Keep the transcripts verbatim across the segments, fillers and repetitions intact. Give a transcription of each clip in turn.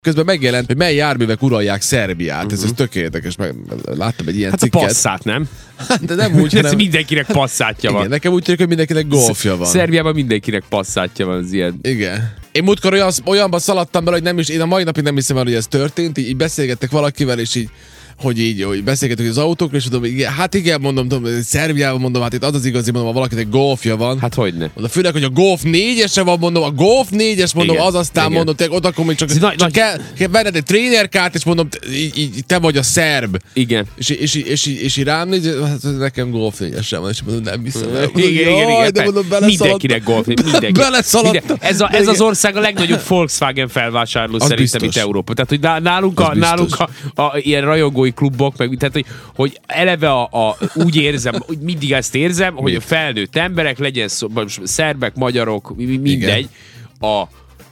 Közben megjelent, hogy mely járművek uralják Szerbiát. Uh-huh. Ez, ez tök érdekes. Meg, láttam egy ilyen hát cikket. Hát a Passat, nem? De nem úgy, hanem... mindenkinek Passatja van. Igen, nekem úgy tűnik, hogy mindenkinek golfja van. Szerbiában mindenkinek Passatja van az ilyen. Igen. Én múltkor olyan, olyanba szaladtam bele, hogy nem is, én a mai napig nem hiszem el, hogy ez történt, így, így beszélgettek valakivel, és így hogy így, hogy beszélgetünk az autókról, és tudom, igen, hát igen, mondom, tudom, Szerbiában mondom, hát itt az az igazi, mondom, ha valakinek golfja van. Hát hogyne. Mondom, főleg, hogy a Golf négyese van, mondom, a Golf négyes, mondom, igen, az aztán igen. Mondom, te ott akkor még csak, csak nagy, kell, kell venned egy trénerkárt, és mondom, így, így, te vagy a szerb. Igen. És, és, és, és, és így rám négy, hát nekem Golf négyese van, és mondom, nem hiszem el. Igen, igen, igen, igen. De mondom, mindenkinek Golf, mindenki. Beleszaladtam. Ez, a, ez az ország a legnagyobb Volkswagen felvásárló az szerintem biztos. Itt Európa. Tehát, hogy nálunk, a, nálunk a, a, ilyen rajongói klubok, meg tehát, hogy, hogy eleve a, a, úgy érzem, hogy mindig ezt érzem, hogy a felnőtt emberek, legyen szó, szerbek, magyarok, mindegy, igen. A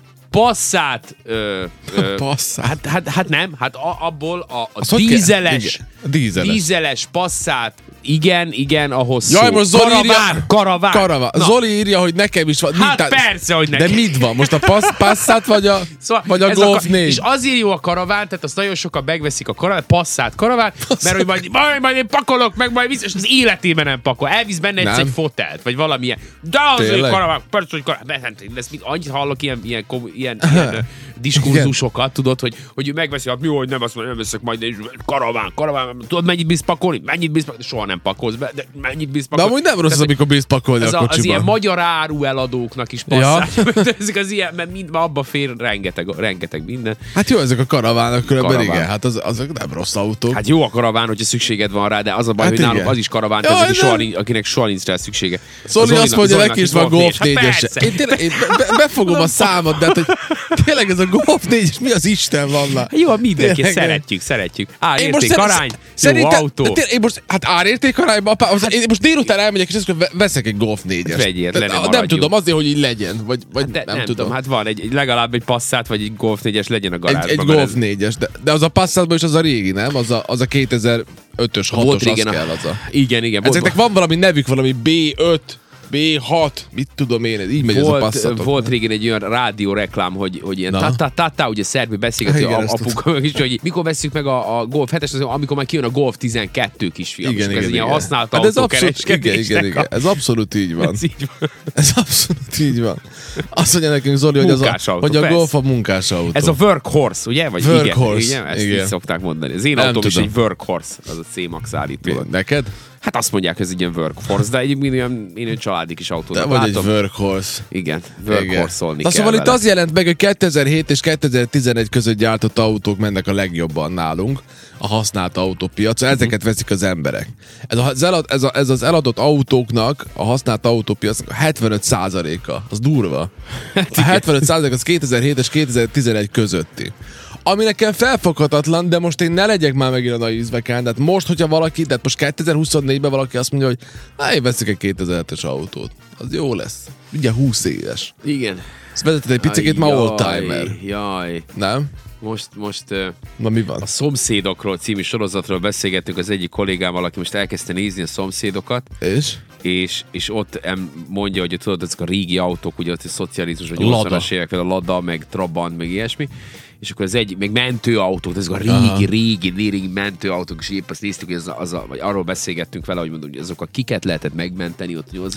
Passat, ö, ö, Passat. Hát, hát, hát nem, hát a, abból a, a dízeles, dízeles, dízeles Passat, igen, igen, ahhoz jaj, most Zoli karaván, írja, karaván. karaván. Zoli írja, hogy nekem is van. Hát mit, persze, hogy nekem. De mit van? Most a pass, Passat vagy a, szóval vagy a Golf négy? És azért jó a karaván, tehát azt nagyon sokan megveszik a karaván, Passat karaván, Passat. Mert hogy majd, majd, majd én pakolok, meg majd visz, és az életében nem pakol. Elvisz benne egyszer egy fotelt, vagy valamilyen. De azért karaván, persze, hogy karaván. Ezt annyit hallok ilyen, ilyen, ilyen, ilyen diskurzusokat, tudod, hogy, hogy ő megveszi, hát mi, hogy nem, azt mondja, nem veszek majd, és karaván, karaván, tudod, mennyit bíz pakolni? Mennyit bíz pakolni? Soha nem pakolsz be, de mennyit bíz pakolni? De amúgy nem rossz, tehát, amikor bíz pakolni a kocsiba. Az ilyen magyar áru eladóknak is passzálja. Ja. Ezek az ilyen, mert mind, abba fér rengeteg, rengeteg minden. Hát jó, ezek a karavánok különben, karaván. Igen, hát az, azok nem rossz autók. Hát jó a karaván, hogyha szükséged van rá, de az a baj, hát hogy igen. Náluk az is karaván, ja, ezek soha, akinek soha nincs rá szüksége. Zoli azt mondja, neki is van Golf négyes. Én tényleg én be, befogom a számot, de hát, hogy tényleg ez a Golf négyes, mi az Isten van már? Jó, mindenki szeretjük, szeretjük. Árérték arány, jó autó. Én most, hát árérték arányban, én most délután elmegyek, és ezt veszek egy Golf négyes. Vegyél, le nem nem tudom, azért, hogy így legyen, vagy, vagy hát de, nem, nem tudom. tudom. Hát van, egy, legalább egy Passat, vagy egy Golf négyes legyen a garázsban. Egy, egy Golf négyes, de, de az a Passatban is az a régi, nem? Az a, az a kétezer-ötös, hatos, az kell az a... Igen, igen. Ezeknek van valami nevük, valami bé öt, bé hat, mit tudom én, így megy volt, ez a Passatok. Volt régen egy olyan rádió reklám, hogy, hogy ilyen ta-ta-ta-ta, ugye szerbi beszélgető apuka, és hogy mikor vesszük meg a, a Golf hetes, amikor már kijön a Golf tizenkettő kisfiam. Igen, igen, ez igen. ilyen használt hát autókereskedésnek. Igen, igen, igen. Ez abszolút így van. Ez így van. Ez abszolút így van. Azt mondja nekünk Zoli, hogy, az a, autó, hogy a Golf a munkás autó. Ez a workhorse, ugye? Vagy workhorse. Igen, igen, ezt igen. így szokták mondani. Az én nem autóm tudom. Is egy workhorse, az a C-Max állító. Neked? Hát azt mondják, hogy ez egy ilyen workhorse, de egyébként olyan, én egy családi kis autónak látom. Te vagy egy workhorse. Igen, workhorse-olni kell Szóval vele. itt az jelent meg, hogy kétezer-hét és kétezer-tizenegy között gyártott autók mennek a legjobban nálunk a használt autópiacon. Ezeket veszik az emberek. Ez, az, elad, ez, a, ez az eladott autóknak, a használt autópiacnak a hetvenöt százaléka. Az durva. A hetvenöt százalék az kétezer-hét és kétezer-tizenegy közötti. Ami nekem felfoghatatlan, de most én ne legyek már megint a naízvekán, tehát most, hogyha valaki, tehát most kétezer-huszonnégyben valaki azt mondja, hogy na, én veszek egy kétezer-hetes autót. Az jó lesz. Ugye húsz éves. Igen. Ezt vezetett egy picit már oldtimer. Jaj. Nem? Most, most na, mi van? A Szomszédokról című sorozatról beszélgettünk az egyik kollégámmal, aki most elkezdte nézni a Szomszédokat. És? És, és ott mondja, hogy tudod, ezek a régi autók, ugye ott a szocializmus, a nyolcvanas évek, a Lada, meg Trabant, meg ilyesmi. És akkor az egy, meg mentőautók, ezek a régi, Aha. régi, régi mentőautók, és épp azt néztük, hogy az a, az a, vagy arról beszélgettünk vele, hogy mondom, hogy azok a kiket lehetett megmenteni, ott nyolc,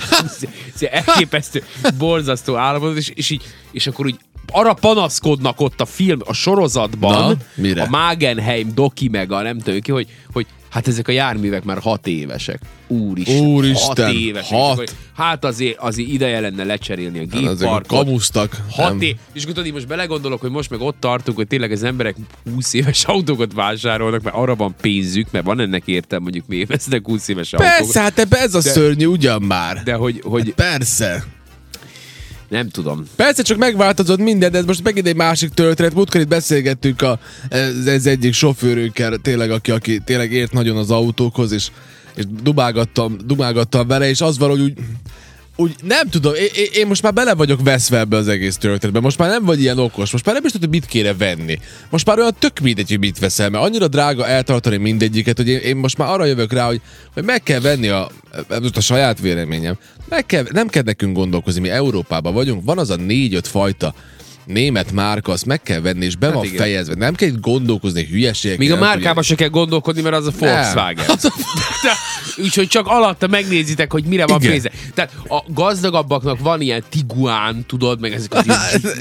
elképesztő, borzasztó állapot, és, és, így, és akkor úgy arra panaszkodnak ott a film, a sorozatban, Na, a Magenheim doki meg a nem tudom ki, hogy, hogy hát ezek a járművek már hat évesek. Úristen, Úristen hat évesek. hat. Hogy, hát azért, azért ideje lenne lecserélni a gépparkot. Hát kamusztak. Hat év. És akkor most belegondolok, hogy most meg ott tartunk, hogy tényleg az emberek húsz éves autókat vásárolnak, mert arra van pénzük, mert van ennek értelme, mondjuk mi vesznek húsz éves autókat. Persze, hát ebbe ez a de, szörnyű ugyan már. De hogy... hogy hát persze. Nem tudom. Persze, csak megváltozott minden, de ez most megint egy másik történet. Múltkor itt beszélgettünk a, ez, ez egyik sofőrünkkel, tényleg, aki, aki tényleg ért nagyon az autókhoz, és, és dumálgattam, dumálgattam vele, és az valahogy úgy, úgy nem tudom, én, én most már bele vagyok veszve ebbe az egész történetbe. Most már nem vagy ilyen okos, most már nem is tudod, hogy mit kéne venni. Most már olyan tök mindegy, hogy mit veszel, mert annyira drága eltartani mindegyiket, hogy én, én most már arra jövök rá, hogy, hogy meg kell venni a, most a saját véleményem, meg kell, nem kell nekünk gondolkozni, mi Európában vagyunk, van az a négy-öt fajta német márka, azt meg kell venni, és be hát van igen. fejezve. Nem kell itt gondolkozni hülyeségek. Míg a márkában se kell gondolkodni, mert az a Volkswagen. Az a... Úgyhogy csak alatta megnézitek, hogy mire van pénze. Tehát a gazdagabbaknak van ilyen Tiguan, tudod, meg ezek az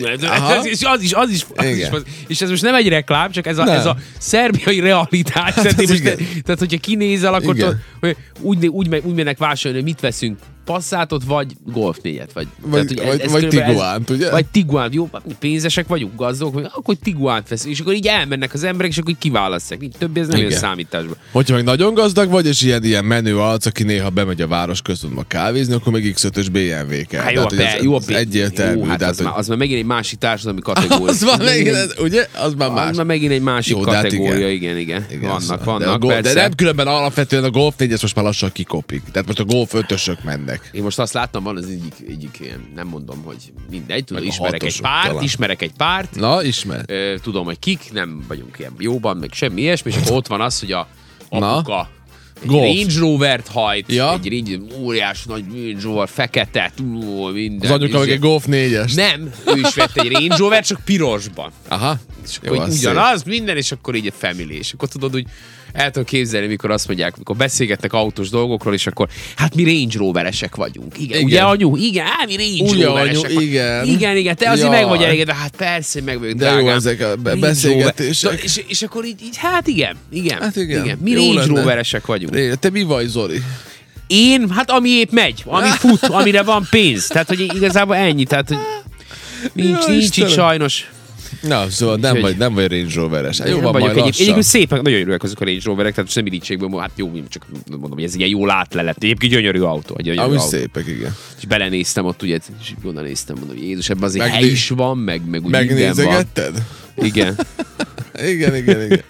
és az is, az is, az is, az, és ez most nem egy reklám, csak ez a, ez a szerbiai realitás. Hát tehát, most, tehát, hogyha kinézel, akkor tudod, hogy úgy, úgy, úgy mennek vásárolni, hogy mit veszünk, Passatot, vagy Golf négyet, vagy, vagy, tehát, ez, vagy Tiguánt, ugye? Vagy Tiguánt, jó, pénzesek vagyunk, gazdagok, vagy akkor Tiguánt vesz, és akkor így elmennek az emberek, és akkor így kiválasztják. Így többi ez nem jön számításba. Hogyha meg nagyon gazdag vagy, és ilyen, ilyen menő arc, aki néha bemegy a város központba kávézni, akkor meg iksz ötös bé em vé kell. Hát jó, tehát, be, jó, ez, ez egyértelmű. Jó, hát tehát, az, hogy... már, az már megint egy másik társadalmi kategória. az már megint, ez, ugye? Az már más. Az már megint egy másik jó, kategória, igen, igen. igen. Vannak, szóval. vannak, de, persze. De nem különben alapvetően a Golf négyes most már lassan kikopik. Tehát most a Golf ötösök mennek. Én most azt láttam, van az egyik, egyik ilyen, nem mondom, hogy mindegy, tudom, ismerek egy párt, talán. ismerek egy párt. Na, ismer. Tudom, hogy kik, nem vagyunk ilyen jóban, meg semmi ilyesmi, és akkor ott van az, hogy a apuka egy Range Rovert hajt, ja. egy Range, óriás nagy Range Rover, fekete, túl, minden. Az anyuka meg egy Golf négyes. Nem, ő is vett egy Range Rover, csak pirosban. Aha. És akkor jó, ugyanaz, szép. Minden, és akkor így egy family, és akkor tudod, hogy el tudom képzelni, mikor azt mondják, mikor beszélgetnek autós dolgokról, és akkor, hát mi Range Roveresek vagyunk. Igen, igen. Ugye anyu? Igen, hát mi Range ugye, Roveresek anyu, igen. Igen, igen, te azért meg vagy elégedve, hát persze, meg vagyok, de drágám. jó ezek a be- beszélgetések. És, és akkor így, így, hát igen, igen, hát igen. igen. Mi jó Range lenne. Roveresek vagyunk. Te mi vagy, Zoli? Én, hát ami épp megy, ami fut, amire van pénz. Tehát, hogy igazából ennyi, tehát, hogy nincs, ja, nincs itt sajnos. Na, szóval nem vagy, nem vagy Range Roveres. Hát jó van, majd egyéb, egyébként szépen, nagyon örülök azok a Range Roverek, tehát nem irítségből, hát jó, csak mondom, hogy ez ilyen jól átlelet. Egyébként gyönyörű autó. Gyönyörű Ami autó. szépek, igen. És belenéztem ott, ugye, és oda néztem, mondom, Jézus, ebben azért Megné... hely is van, meg, meg úgy megnézegetted? Igen. igen, igen, igen.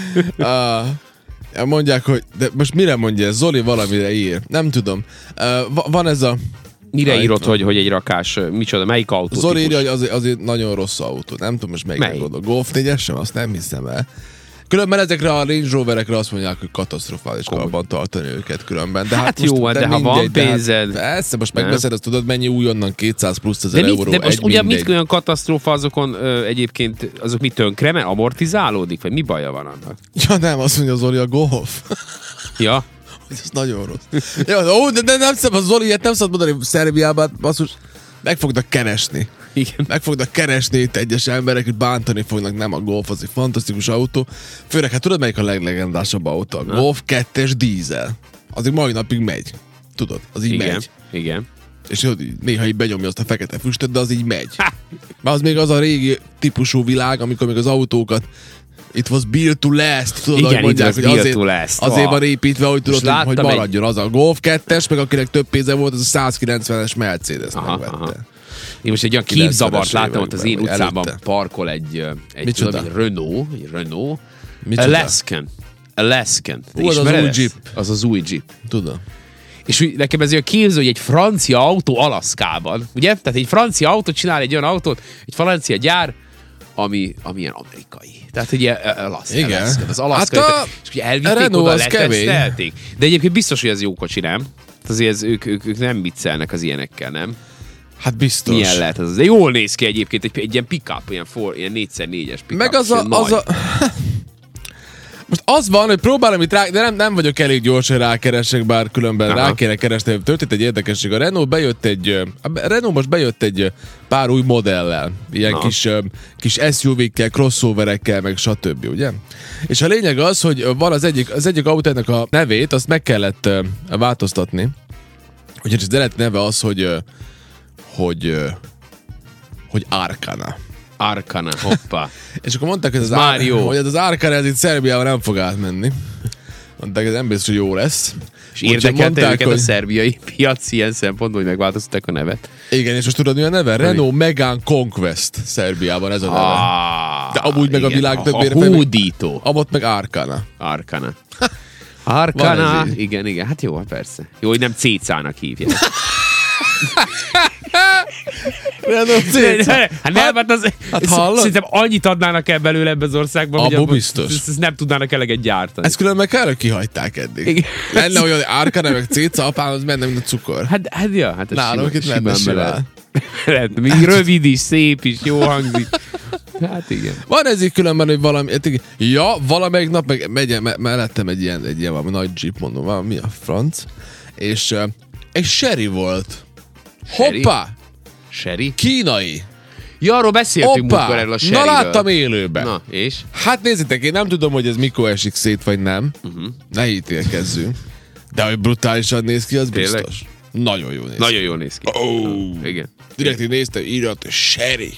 uh, mondják, hogy, de most mire mondja ez? Zoli valamire ír. Nem tudom. Uh, van ez a Mire ah, írod, hogy, hogy egy rakás, micsoda, melyik autó? Zoli írja, hogy azért, azért nagyon rossz autó. Nem tudom most melyik gondol. Golf négyes sem, azt nem hiszem el. Különben ezekre a Range Roverekre azt mondják, hogy katasztrofális karban tartani őket különben. De hát, hát jó, de, de ha van pénzed. Hát, persze, most megveszed, azt tudod, mennyi újonnan kétszáz plusz ezer de euró. De most ugye mit olyan katasztrófa azokon ö, egyébként, azok mi tönkre, mert amortizálódik? Vagy mi baja van annak? Ja nem, azt mondja Zoli, a Golf. Ja. Ez nagyon rossz. Ja, ó, de, de nem szabad, Zoli, ilyet nem szabad mondani Szerbiában, basszus, meg fognak keresni. Igen. Meg fognak keresni itt egyes emberek, hogy bántani fognak, nem a Golf, az egy fantasztikus autó. Főleg, hát tudod, melyik a leglegendásabb autó? A Golf kettes dízel. Az mai napig megy. Tudod, az így igen. megy. Igen. És néha így benyomja azt a fekete füstöt, de az így megy. Mert az még az a régi típusú világ, amikor még az autókat It was built to last, tudod, igen, hogy mondják, hogy azért, azért van építve, hogy tudod, hogy, hogy maradjon egy... az a Golf kettes, meg akinek több pénze volt, az a százkilencvenes Mercedes aha, megvette. Aha. Én most egy olyan képzavart láttam, ott az én utcában előtte. Parkol egy, egy, tudom, egy Renault, egy Renault, Alaskan. Alaskan. Az az új Jeep. Az az új Jeep. Tudom. És nekem ez olyan képző, hogy egy francia autó Alaszkában, ugye? Tehát egy francia autó csinál egy olyan autót, egy francia gyár, ami, ami ilyen amerikai. Tehát ugye Alaszka, igen. Alaszka, az Alaszka, hát a... és ugye elvitték oda, letesztelték. De egyébként biztos, hogy ez jó kocsi, nem? Azért ez, ők, ők, ők nem viccelnek az ilyenekkel, nem? Hát biztos. Milyen lehet ez? De jól néz ki egyébként, egy, egy ilyen pick-up, ilyen, for, ilyen négy szer négyes pick-up. Meg az a... Az a... Most az van, hogy próbálom itt rá, de nem, nem vagyok elég gyors, hogy rákeresek, bár különben aha. rá kéne keresni. Történt egy érdekesség. A Renault bejött egy, a Renault most bejött egy pár új modellel. Ilyen na. kis, kis es u vé-kkel, crossoverekkel, meg stb. Ugye? És a lényeg az, hogy van az egyik, az egyik autónak a nevét, azt meg kellett változtatni. Úgyhogy az eredeti neve az, hogy hogy, hogy Arkana. Arkana, hoppá. És akkor mondták, hogy az, Ar- hogy az Arkana ez itt Szerbiában nem fog átmenni. Mondták, hogy nem biztos, hogy jó lesz. És érdekelte őket hogy... a szerbiai piac ilyen szempontból, hogy megváltoztatták a nevet. Igen, és most tudod, mi a neve? Renault Megane Conquest Szerbiában ez a neve. Ah, de amúgy meg igen, a világ többére... A hódító. Amott meg Arkana. Arkana. Arkana. Igen, igen. Hát jó, persze. Jó, hogy nem cécának hívják. Renault Céca. Hát nem, hát az, hát hallod? Szerintem annyit adnának el belőle ebbe az országban, Abba hogy biztos. Ezt, ezt nem tudnának eleget gyártani. Ezt különben kár, hogy kihagyták eddig. Igen. Lenne olyan, hogy Arkana meg Céca, apám, az menne, mint a cukor. Hát, hát ja, hát ez Nálunk itt menne simán. Lehet, még rövid is, szép is, jó hangzik. Hát igen. Van ez így különben, hogy valami... Ja, valamelyik nap meg megy, me, mellettem egy ilyen, egy ilyen valami nagy jeep, mondom, valami, mi a franc. És uh, egy sherry volt. Sherry? Hoppá! Sherry? Kínai. Ja, arról beszéltünk múltkor erről a sherryről. Na láttam élőben. Na, és? Hát nézzétek, én nem tudom, hogy ez mikor esik szét, vagy nem. Uh-huh. Ne ítélkezzünk. De hogy brutálisan néz ki, az Tényleg? biztos. Nagyon jól néz Nagyon jól néz ki. Oh. Igen. Direkt én néztem, írat, sherry.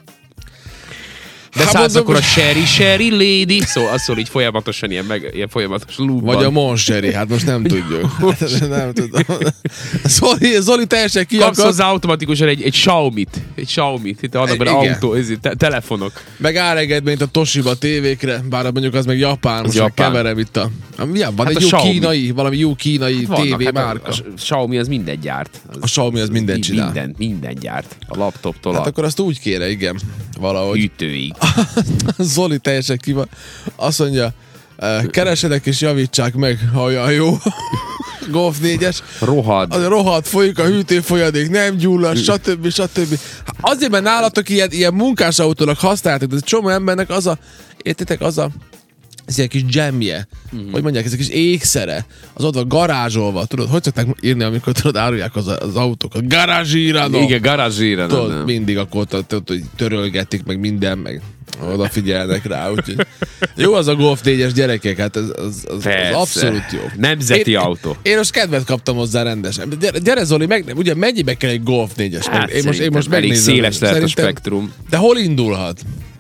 De Hát szállsz mondom, akkor a sherry, sherry lady, szó, az szól így folyamatosan, ilyen, meg, ilyen folyamatos loopban. vagy a Monsherry, hát most nem tudjuk. Hát, nem tudom. Zoli, Zoli teljesen Kapsz kiakadt. hozzá automatikusan egy, egy Xiaomi-t. Egy Xiaomi-t. Itt vannak benne Igen. autó, ez, te, telefonok. Meg árengedményt a Toshiba tévékre, bár mondjuk az meg Japán, most Japán. meg keverem itt a... Ja, van Hát egy a jó Xiaomi. kínai, valami jó kínai Vannak, tévé hát márka. A, a Xiaomi az minden gyárt. Az, A Xiaomi az mindent mi- csinál. Minden, minden gyárt. A laptoptól Hát a akkor azt úgy kéne, igen, valahogy. hűtőig. Zoli teljesen ki van. Azt mondja, eh, keresedek és javítsák meg, ha olyan jó. Golf négyes. Rohad. Az rohadt, folyik a hűtőfolyadék, nem gyullad, stb. stb. Hát azért, mert nálatok ilyen, ilyen munkásautónak használtak, de egy csomó embernek az a, értitek, az a ez ilyen kis jamje, mm-hmm. hogy mondják, ez egy kis ékszere, az ott van garázsolva, tudod, hogy szokták írni, amikor tudod, árulják az, az autókat, garázsírano. Igen, garázsírano. Tudod, mindig akkor tudod, hogy törölgetik, meg minden, meg odafigyelnek rá, úgyhogy jó az a Golf négyes gyerekek, hát az, az, az, az abszolút jó. Nemzeti én, autó. Én most kedvet kaptam hozzá rendesen. Gyere, gyere Zoli, meg, ugye mennyibe kell egy Golf négyes? Hát én most, én most elég megnézem. széles lehet a Szerintem- spektrum. De hol indulhat?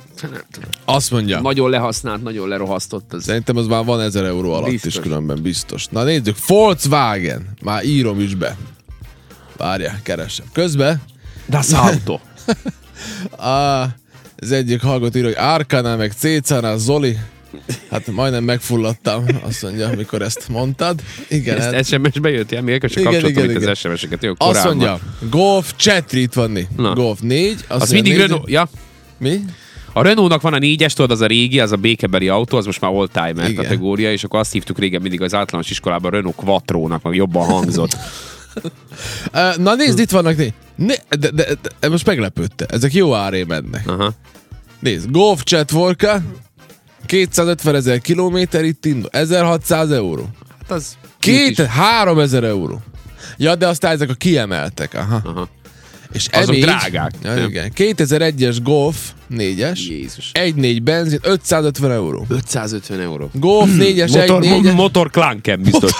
Azt mondja. Nagyon lehasznált, nagyon lerohasztott az. Szerintem az már van ezer euró alatt Biztos. is különben biztos. Na nézzük, Volkswagen. Már írom is be. Várjál, keresem. Közben Das Auto. á, az egyik hallgató ír, hogy Arkana meg Cécánál Zoli. Hát majdnem megfulladtam, azt mondja, amikor ezt mondtad. Igen, Ezt hát- es em es-be jött, ja? Miért Igen, kapcsoltam igen, itt az igen. es em es-eket? Jó, azt korábban. mondja, Golf Chatri itt van. Na. Golf négy. Azt Az mondja, mindig nézzük- Renault, ja? Mi? A Renault-nak van a négyes, tudod, az a régi, az a békebeli autó, az most már oldtimer Igen. kategória, és akkor azt hívtuk régen mindig az általános iskolában Renault Quattro-nak, meg jobban hangzott. Uh, na nézd, itt vannak. Né- ne, de, de, de, most meglepődte. Ezek jó áré mennek. Aha. Nézd, Golf Chat Volca, kétszázötven ezer kilométer itt indul, ezerhatszáz euró. Hát az... Két, háromezer euró. Ja, de aztán ezek a kiemeltek. Aha. Aha. És Azok em négy, drágák, Ja, nem? igen. kétezer-egyes Golf négyes, Jézus. egy négy benzin, ötszázötven euró. ötszázötven euró. Golf négyes, egy Motor, négyes. motor Klanken biztos.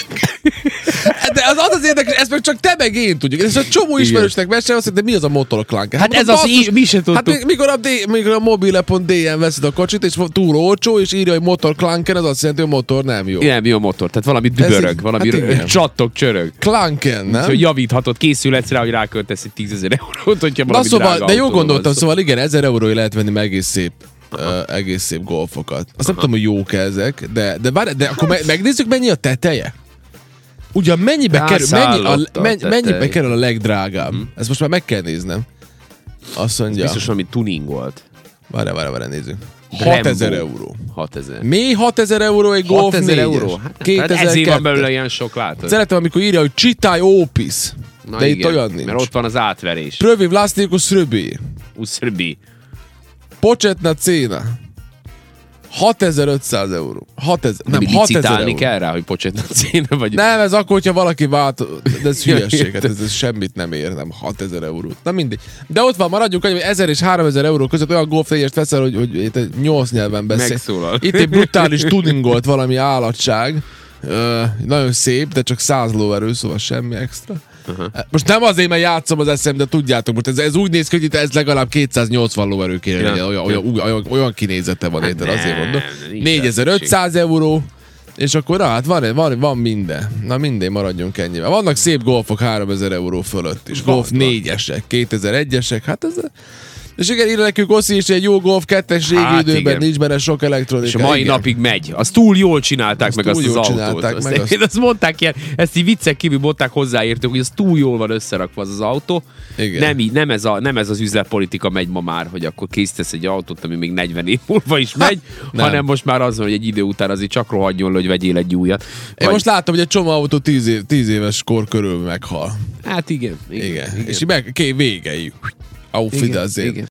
De az az az érdekes, ezt meg csak te meg én tudjuk. Ez a csomó ismerősnek mesélem, azt mondja, de mi az a motorklánk? Hát ez az, í- mi se Hát tudtuk. mi- mikor a, D, mikor a mobile.dn veszed a kocsit, és túl olcsó, és írja, hogy motorklanken, az azt jelenti, hogy a motor nem jó. Nem jó motor, tehát valami dübörög, így- valami hát igen. hát csattog, csörög. Klanken, nem? Úgyhogy javíthatod, készülhetsz rá, hogy ráköltesz egy tízezer eurót, hogyha Na valami szóval, drága de jó autóról gondoltam, van szó. szóval igen, ezer eurói lehet venni meg egész szép, uh, egész szép golfokat. Azt nem tudom, hogy jók ezek, de, de, várj, de akkor me- megnézzük, mennyi a teteje? Ugye mennyibe kerül, mennyi a, Rászállott a mennyi, tetej. mennyibe kerül a legdrágább? Ezt most már meg kell néznem. Azt mondja, Biztos valami tuning volt. várj, várj, várj, nézzük. Brembo. hatezer euró. hatezer. Mi hatezer euró egy Golf hatezer négyes? euró? Hát, hát kétezer-kettő. ezért van belőle ilyen sok, látod? Szeretem, amikor írja, hogy Citai Opis. Na De itt igen, olyan nincs. Mert ott van az átverés. Prövi Vlastikus Röbi. Uszrbi. Početna cena. hatezer-ötszáz euró. hatezer, nem, Nem, hatezer licitálni euró. kell rá, hogy Pocsetna céne vagy. Nem, ez akkor, hogyha valaki vált, de ez hülyeség, hát ez, ez semmit nem ér, nem hatezer eurót. Na mindegy. De ott van, maradjunk annyi, hogy ezer és háromezer euró között olyan Golf négyest veszel, hogy, hogy itt egy nyolc nyelven beszél. Megszólal. Itt egy brutális tuningolt valami állatság. Ö, nagyon szép, de csak száz lóerő, szóval semmi extra. Uh-huh. Most nem azért, mert játszom az eszem, de tudjátok, most ez, ez úgy néz ki, hogy itt ez legalább kétszáznyolcvan lóerő kéne Ja. legyen, olyan, olyan, olyan, olyan kinézete van, érted, nem, azért mondom. nincs négyezer-ötszáz euró, és akkor na, hát van, van, van minden. Na minden, maradjunk ennyivel. Vannak szép golfok háromezer euró fölött is. Van, Golf van. négyesek, kétezer-egyesek, hát ez... És igen, írja nekünk Oszi is, egy jó Golf kettes régi Hát időben igen. nincs benne sok elektronika. És a mai igen. napig megy. Azt túl jól csinálták Azt meg túl azt az jól autót. csinálták Azt, meg azt. azt mondták ilyen, ezt így viccek kívül mondták, hozzáértük, hogy az túl jól van összerakva az az autó. Igen. Nem, így, nem, ez a, nem ez az üzletpolitika megy ma már, hogy akkor készítesz egy autót, ami még negyven év múlva is megy, nem. hanem most már az van, hogy egy idő után azért csak rohadjon le, hogy vegyél egy újat. Én most láttam, hogy egy csomó autó tíz, év, tíz éves kor körül meghal. Hát igen. Igen. Igen. igen. És így meg, ké, vége. Auf Igen, Wiedersehen. igen.